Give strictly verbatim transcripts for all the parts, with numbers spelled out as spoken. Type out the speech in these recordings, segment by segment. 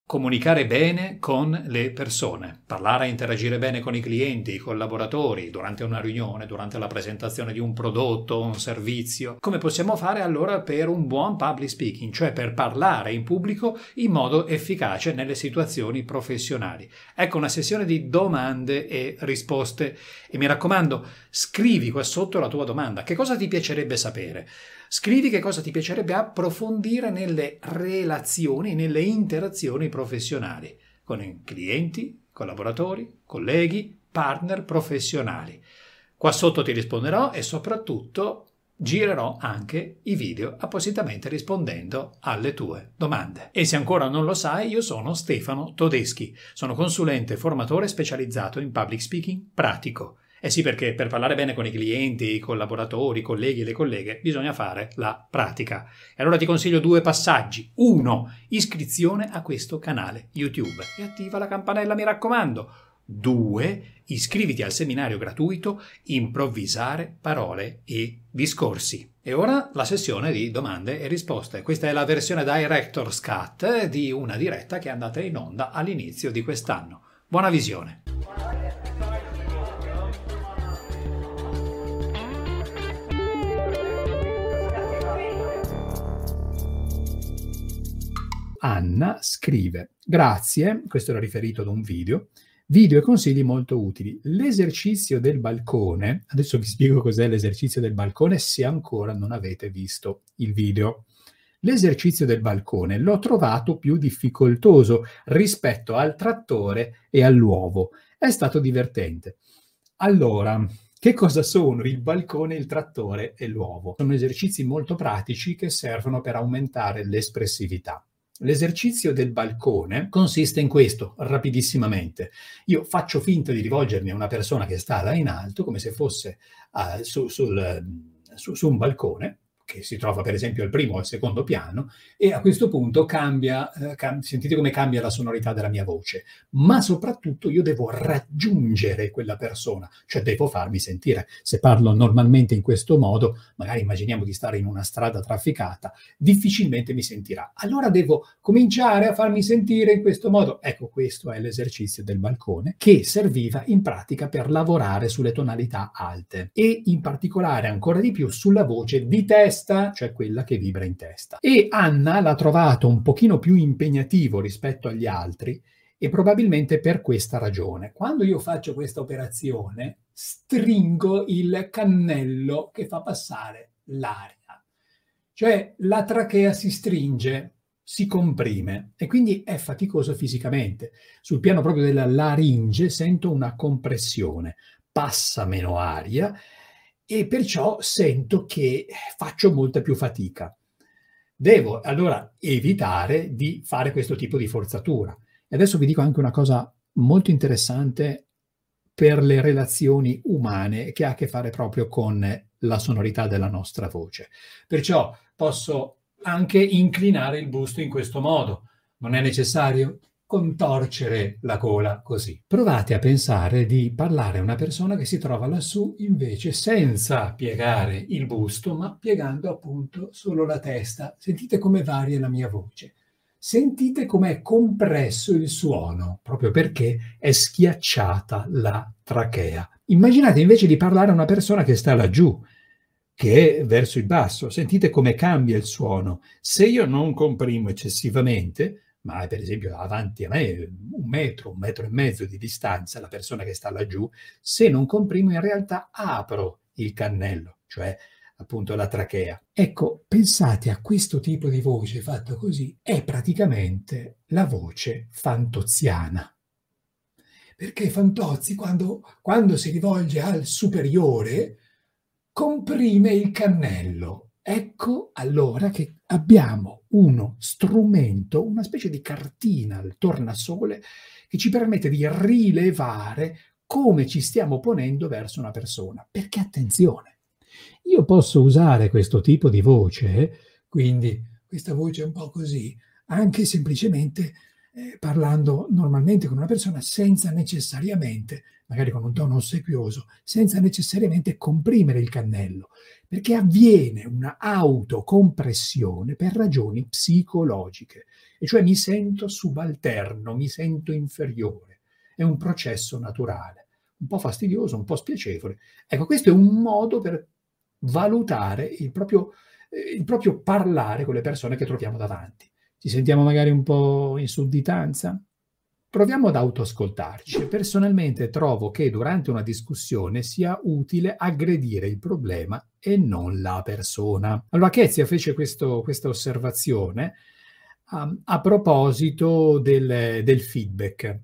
Comunicare bene con le persone, parlare e interagire bene con i clienti, i collaboratori, durante una riunione, durante la presentazione di un prodotto o un servizio. Come possiamo fare allora per un buon public speaking, cioè per parlare in pubblico in modo efficace nelle situazioni professionali? Ecco una sessione di domande e risposte e mi raccomando, scrivi qua sotto la tua domanda. Che cosa ti piacerebbe sapere? Scrivi che cosa ti piacerebbe approfondire nelle relazioni, nelle interazioni professionali con clienti, collaboratori, colleghi, partner professionali. Qua sotto ti risponderò e soprattutto girerò anche i video appositamente rispondendo alle tue domande. E se ancora non lo sai, io sono Stefano Todeschi, sono consulente e formatore specializzato in public speaking pratico. Eh sì, perché per parlare bene con i clienti, i collaboratori, i colleghi e le colleghe bisogna fare la pratica. E allora ti consiglio due passaggi. Uno, iscrizione a questo canale YouTube e attiva la campanella, mi raccomando. Due, iscriviti al seminario gratuito Improvvisare parole e discorsi. E ora la sessione di domande e risposte. Questa è la versione Director's Cut di una diretta che è andata in onda all'inizio di quest'anno. Buona visione! Anna scrive: grazie, questo era riferito ad un video, video e consigli molto utili. L'esercizio del balcone, adesso vi spiego cos'è l'esercizio del balcone se ancora non avete visto il video. L'esercizio del balcone l'ho trovato più difficoltoso rispetto al trattore e all'uovo. È stato divertente. Allora, che cosa sono il balcone, il trattore e l'uovo? Sono esercizi molto pratici che servono per aumentare l'espressività. L'esercizio del balcone consiste in questo, rapidissimamente. Io faccio finta di rivolgermi a una persona che sta là in alto, come se fosse uh, su, sul, su, su un balcone, che si trova per esempio al primo o al secondo piano, e a questo punto cambia, eh, cam- sentite come cambia la sonorità della mia voce, ma soprattutto io devo raggiungere quella persona, cioè devo farmi sentire. Se parlo normalmente in questo modo, magari immaginiamo di stare in una strada trafficata, difficilmente mi sentirà. Allora devo cominciare a farmi sentire in questo modo. Ecco, questo è l'esercizio del balcone, che serviva in pratica per lavorare sulle tonalità alte e in particolare ancora di più sulla voce di testa, cioè quella che vibra in testa. E Anna l'ha trovato un pochino più impegnativo rispetto agli altri e probabilmente per questa ragione. Quando io faccio questa operazione, stringo il cannello che fa passare l'aria. Cioè la trachea si stringe, si comprime e quindi è faticoso fisicamente. Sul piano proprio della laringe sento una compressione, passa meno aria e perciò sento che faccio molta più fatica. Devo allora evitare di fare questo tipo di forzatura. E adesso vi dico anche una cosa molto interessante per le relazioni umane che ha a che fare proprio con la sonorità della nostra voce. Perciò posso anche inclinare il busto in questo modo. Non è necessario contorcere la gola così. Provate a pensare di parlare a una persona che si trova lassù invece senza piegare il busto, ma piegando appunto solo la testa. Sentite come varia la mia voce. Sentite com'è compresso il suono, proprio perché è schiacciata la trachea. Immaginate invece di parlare a una persona che sta laggiù, che è verso il basso. Sentite come cambia il suono. Se io non comprimo eccessivamente, ma è per esempio avanti a me un metro, un metro e mezzo di distanza, la persona che sta laggiù, se non comprimo in realtà apro il cannello, cioè appunto la trachea. Ecco, pensate a questo tipo di voce fatto così, è praticamente la voce fantoziana. Perché Fantozzi, quando, quando si rivolge al superiore, comprime il cannello. Ecco allora che abbiamo uno strumento, una specie di cartina al tornasole che ci permette di rilevare come ci stiamo ponendo verso una persona. Perché attenzione, io posso usare questo tipo di voce, quindi questa voce un po' così, anche semplicemente eh, parlando normalmente con una persona senza necessariamente, magari con un tono ossequioso, senza necessariamente comprimere il cannello, perché avviene una autocompressione per ragioni psicologiche. e cioè mi sento subalterno, mi sento inferiore. È un processo naturale, un po' fastidioso, un po' spiacevole. Ecco, questo è un modo per valutare il proprio, eh, il proprio parlare con le persone che troviamo davanti. Ci sentiamo magari un po' in sudditanza? Proviamo ad autoascoltarci. Personalmente trovo che durante una discussione sia utile aggredire il problema e non la persona. Allora Kezia fece questo, questa osservazione um, a proposito del, del feedback.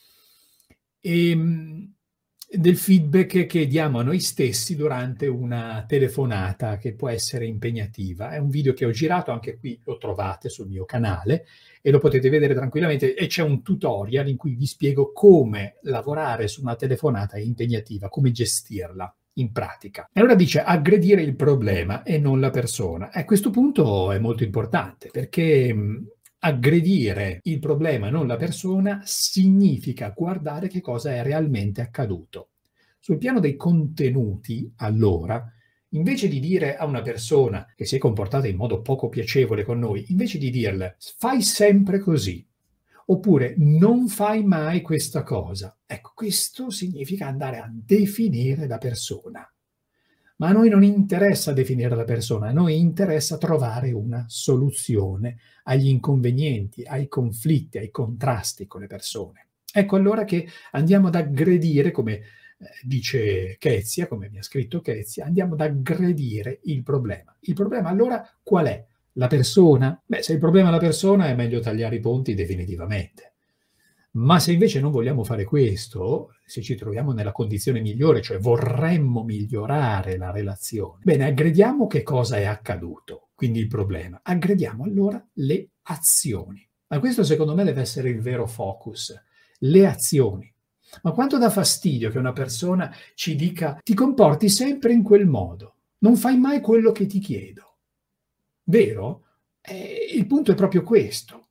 E, del feedback che diamo a noi stessi durante una telefonata che può essere impegnativa. È un video che ho girato, anche qui lo trovate sul mio canale e lo potete vedere tranquillamente, e c'è un tutorial in cui vi spiego come lavorare su una telefonata impegnativa, come gestirla in pratica. E allora dice aggredire il problema e non la persona. E a questo punto è molto importante, perché mh, aggredire il problema e non la persona significa guardare che cosa è realmente accaduto. Sul piano dei contenuti, allora, invece di dire a una persona che si è comportata in modo poco piacevole con noi, invece di dirle fai sempre così, oppure non fai mai questa cosa, ecco, questo significa andare a definire la persona. Ma a noi non interessa definire la persona, a noi interessa trovare una soluzione agli inconvenienti, ai conflitti, ai contrasti con le persone. Ecco allora che andiamo ad aggredire, come eh, dice Kezia, come mi ha scritto Kezia, andiamo ad aggredire il problema. Il problema allora qual è? La persona? Beh, se il problema è la persona è meglio tagliare i ponti definitivamente. Ma se invece non vogliamo fare questo, se ci troviamo nella condizione migliore, cioè vorremmo migliorare la relazione, bene, aggrediamo che cosa è accaduto, quindi il problema. Aggrediamo allora le azioni. Ma questo secondo me deve essere il vero focus, le azioni. Ma quanto dà fastidio che una persona ci dica ti comporti sempre in quel modo, non fai mai quello che ti chiedo. Vero? Eh, il punto è proprio questo.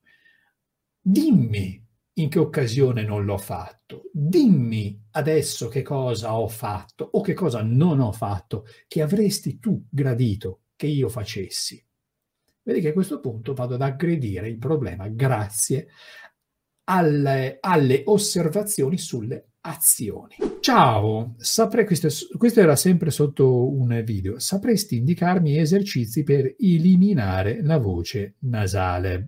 Dimmi in che occasione non l'ho fatto. Dimmi adesso che cosa ho fatto o che cosa non ho fatto, che avresti tu gradito che io facessi. Vedi che a questo punto vado ad aggredire il problema grazie alle, alle osservazioni sulle azioni. Ciao, saprei, questo, questo era sempre sotto un video, sapresti indicarmi esercizi per eliminare la voce nasale?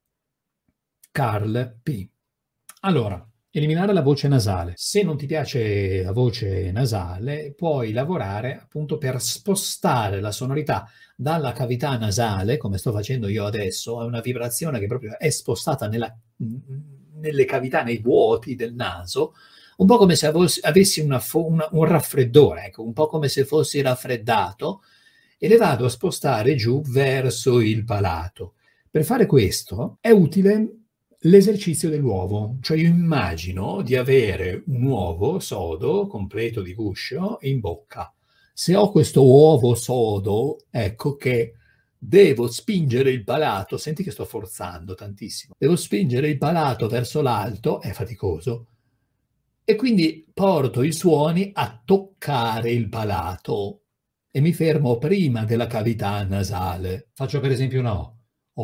Carl P. Allora, eliminare la voce nasale. Se non ti piace la voce nasale, puoi lavorare appunto per spostare la sonorità dalla cavità nasale, come sto facendo io adesso, a una vibrazione che proprio è spostata nella, nelle cavità, nei vuoti del naso, un po' come se avessi una, una, un raffreddore, ecco, un po' come se fossi raffreddato, e le vado a spostare giù verso il palato. Per fare questo è utile l'esercizio dell'uovo, cioè io immagino di avere un uovo sodo, completo di guscio, in bocca. Se ho questo uovo sodo, ecco che devo spingere il palato, senti che sto forzando tantissimo, devo spingere il palato verso l'alto, è faticoso, e quindi porto i suoni a toccare il palato e mi fermo prima della cavità nasale. Faccio per esempio una O.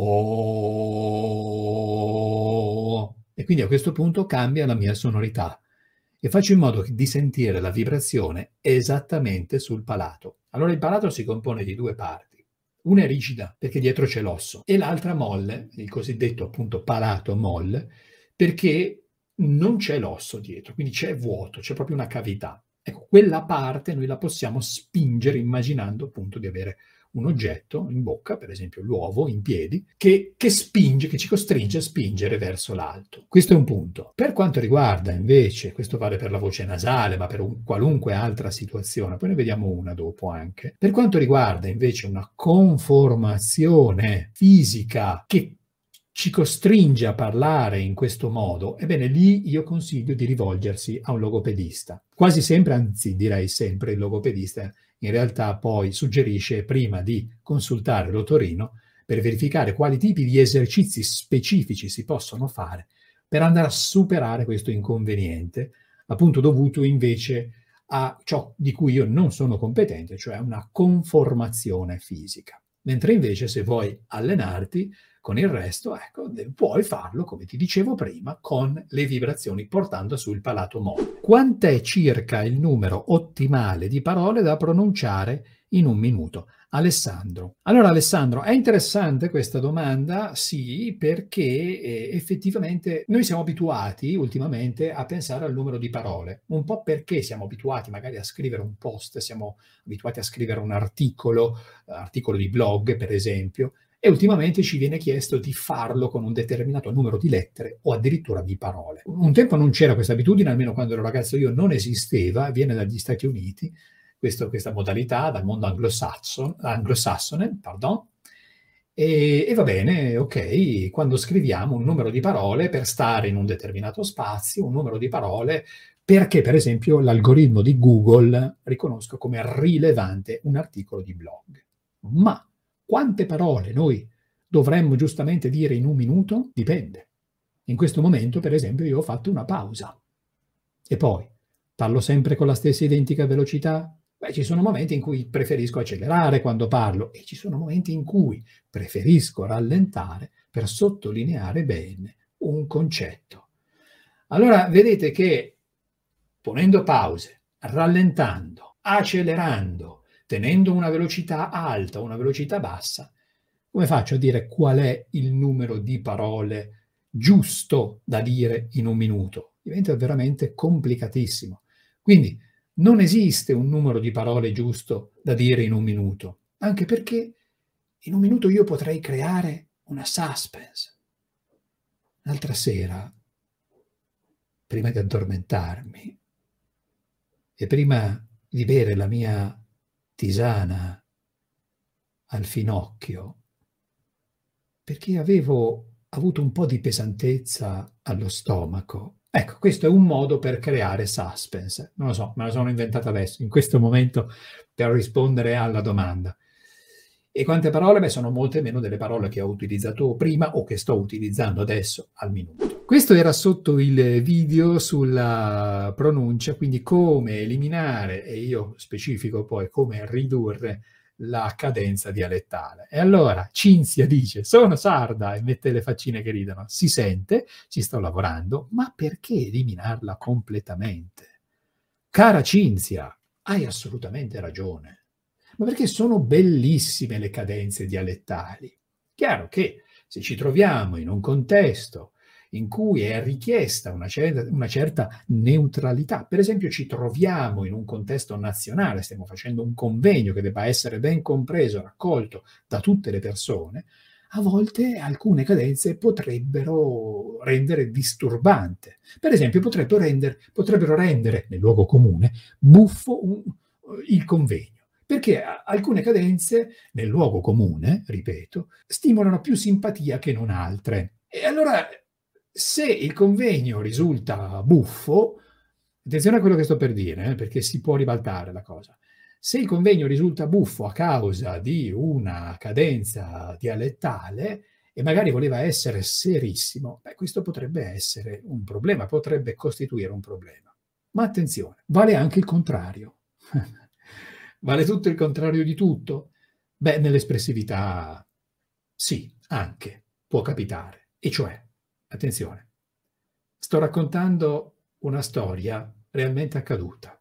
Oh, e quindi a questo punto cambia la mia sonorità e faccio in modo di sentire la vibrazione esattamente sul palato. Allora il palato si compone di due parti, una è rigida perché dietro c'è l'osso e l'altra molle, il cosiddetto appunto palato molle, perché non c'è l'osso dietro, quindi c'è vuoto, c'è proprio una cavità. Ecco, quella parte noi la possiamo spingere immaginando appunto di avere un oggetto in bocca, per esempio l'uovo in piedi, che, che spinge, che ci costringe a spingere verso l'alto. Questo è un punto. Per quanto riguarda invece, questo vale per la voce nasale, ma per un, qualunque altra situazione, poi ne vediamo una dopo anche. Per quanto riguarda invece una conformazione fisica che ci costringe a parlare in questo modo, ebbene lì io consiglio di rivolgersi a un logopedista. Quasi sempre, anzi direi sempre, il logopedista in realtà poi suggerisce prima di consultare l'otorino per verificare quali tipi di esercizi specifici si possono fare per andare a superare questo inconveniente, appunto dovuto invece a ciò di cui io non sono competente, cioè una conformazione fisica. Mentre invece se vuoi allenarti Con il resto, ecco, puoi farlo, come ti dicevo prima, con le vibrazioni, portando su il palato mobile. Quant'è circa il numero ottimale di parole da pronunciare in un minuto? Alessandro. Allora Alessandro, è interessante questa domanda, sì, perché eh, effettivamente noi siamo abituati ultimamente a pensare al numero di parole, un po' perché siamo abituati magari a scrivere un post, siamo abituati a scrivere un articolo, articolo di blog per esempio, e ultimamente ci viene chiesto di farlo con un determinato numero di lettere o addirittura di parole. Un tempo non c'era questa abitudine, almeno quando ero ragazzo io non esisteva, viene dagli Stati Uniti, questo, questa modalità, dal mondo anglosassone, anglosassone pardon, e, e va bene, ok, quando scriviamo un numero di parole per stare in un determinato spazio, un numero di parole perché per esempio l'algoritmo di Google riconosca come rilevante un articolo di blog. Ma quante parole noi dovremmo giustamente dire in un minuto? Dipende. In questo momento, per esempio, io ho fatto una pausa. E poi, parlo sempre con la stessa identica velocità? Beh, ci sono momenti in cui preferisco accelerare quando parlo e ci sono momenti in cui preferisco rallentare per sottolineare bene un concetto. Allora, vedete che ponendo pause, rallentando, accelerando, tenendo una velocità alta, una velocità bassa, come faccio a dire qual è il numero di parole giusto da dire in un minuto? Diventa veramente complicatissimo. Quindi non esiste un numero di parole giusto da dire in un minuto, anche perché in un minuto io potrei creare una suspense. L'altra sera, prima di addormentarmi e prima di bere la mia tisana al finocchio, perché avevo avuto un po' di pesantezza allo stomaco. Ecco, questo è un modo per creare suspense. Non lo so, me la sono inventata adesso, in questo momento, per rispondere alla domanda. E quante parole? Beh, sono molte meno delle parole che ho utilizzato prima o che sto utilizzando adesso al minuto. Questo era sotto il video sulla pronuncia, quindi come eliminare, e io specifico poi come ridurre la cadenza dialettale. E allora Cinzia dice, sono sarda, e mette le faccine che ridono. Si sente, ci sto lavorando, ma perché eliminarla completamente? Cara Cinzia, hai assolutamente ragione. Ma perché sono bellissime le cadenze dialettali. Chiaro che se ci troviamo in un contesto in cui è richiesta una certa, una certa neutralità, per esempio ci troviamo in un contesto nazionale, stiamo facendo un convegno che debba essere ben compreso, raccolto da tutte le persone, a volte alcune cadenze potrebbero rendere disturbante. Per esempio potrebbero rendere, potrebbero rendere nel luogo comune buffo un, il convegno. Perché alcune cadenze nel luogo comune, ripeto, stimolano più simpatia che non altre. E allora, se il convegno risulta buffo, attenzione a quello che sto per dire, eh, perché si può ribaltare la cosa. Se il convegno risulta buffo a causa di una cadenza dialettale e magari voleva essere serissimo, beh, questo potrebbe essere un problema, potrebbe costituire un problema. Ma attenzione, vale anche il contrario. Vale tutto il contrario di tutto? Beh, nell'espressività sì, anche, può capitare. E cioè, attenzione, sto raccontando una storia realmente accaduta.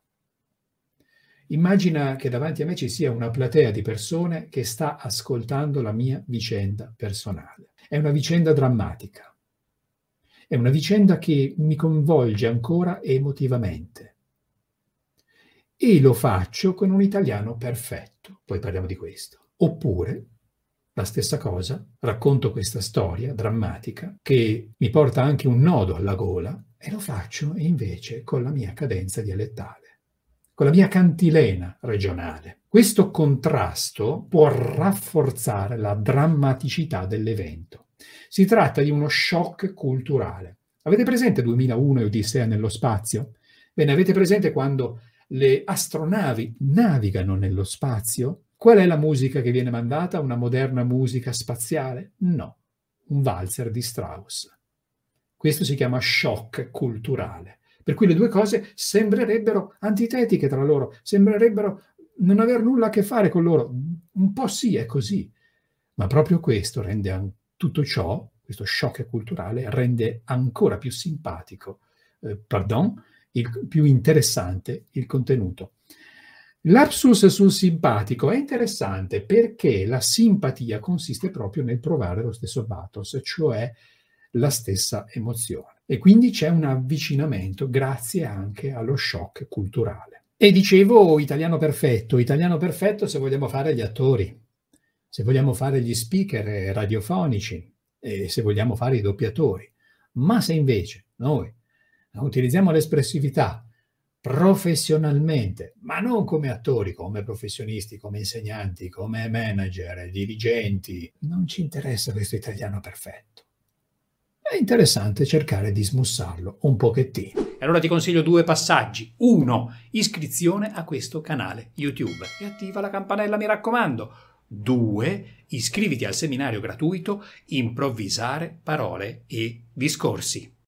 Immagina che davanti a me ci sia una platea di persone che sta ascoltando la mia vicenda personale. È una vicenda drammatica. È una vicenda che mi coinvolge ancora emotivamente. E lo faccio con un italiano perfetto, poi parliamo di questo. Oppure, la stessa cosa, racconto questa storia drammatica che mi porta anche un nodo alla gola e lo faccio invece con la mia cadenza dialettale, con la mia cantilena regionale. Questo contrasto può rafforzare la drammaticità dell'evento. Si tratta di uno shock culturale. Avete presente duemilauno e Odissea nello spazio? Bene, avete presente quando le astronavi navigano nello spazio? Qual è la musica che viene mandata? Una moderna musica spaziale? No, un valzer di Strauss. Questo si chiama shock culturale, per cui le due cose sembrerebbero antitetiche tra loro, sembrerebbero non aver nulla a che fare con loro. Un po' sì, è così, ma proprio questo rende tutto ciò, questo shock culturale, rende ancora più simpatico, eh, pardon, il, più interessante il contenuto. Lapsus sul simpatico è interessante perché la simpatia consiste proprio nel provare lo stesso pathos, cioè la stessa emozione. E quindi c'è un avvicinamento grazie anche allo shock culturale. E dicevo italiano perfetto, italiano perfetto se vogliamo fare gli attori, se vogliamo fare gli speaker radiofonici e se vogliamo fare i doppiatori. Ma se invece noi utilizziamo l'espressività professionalmente, ma non come attori, come professionisti, come insegnanti, come manager, dirigenti, non ci interessa questo italiano perfetto. È interessante cercare di smussarlo un pochettino. E allora ti consiglio due passaggi. Uno, iscrizione a questo canale YouTube e attiva la campanella, mi raccomando. Due, iscriviti al seminario gratuito Improvvisare parole e discorsi.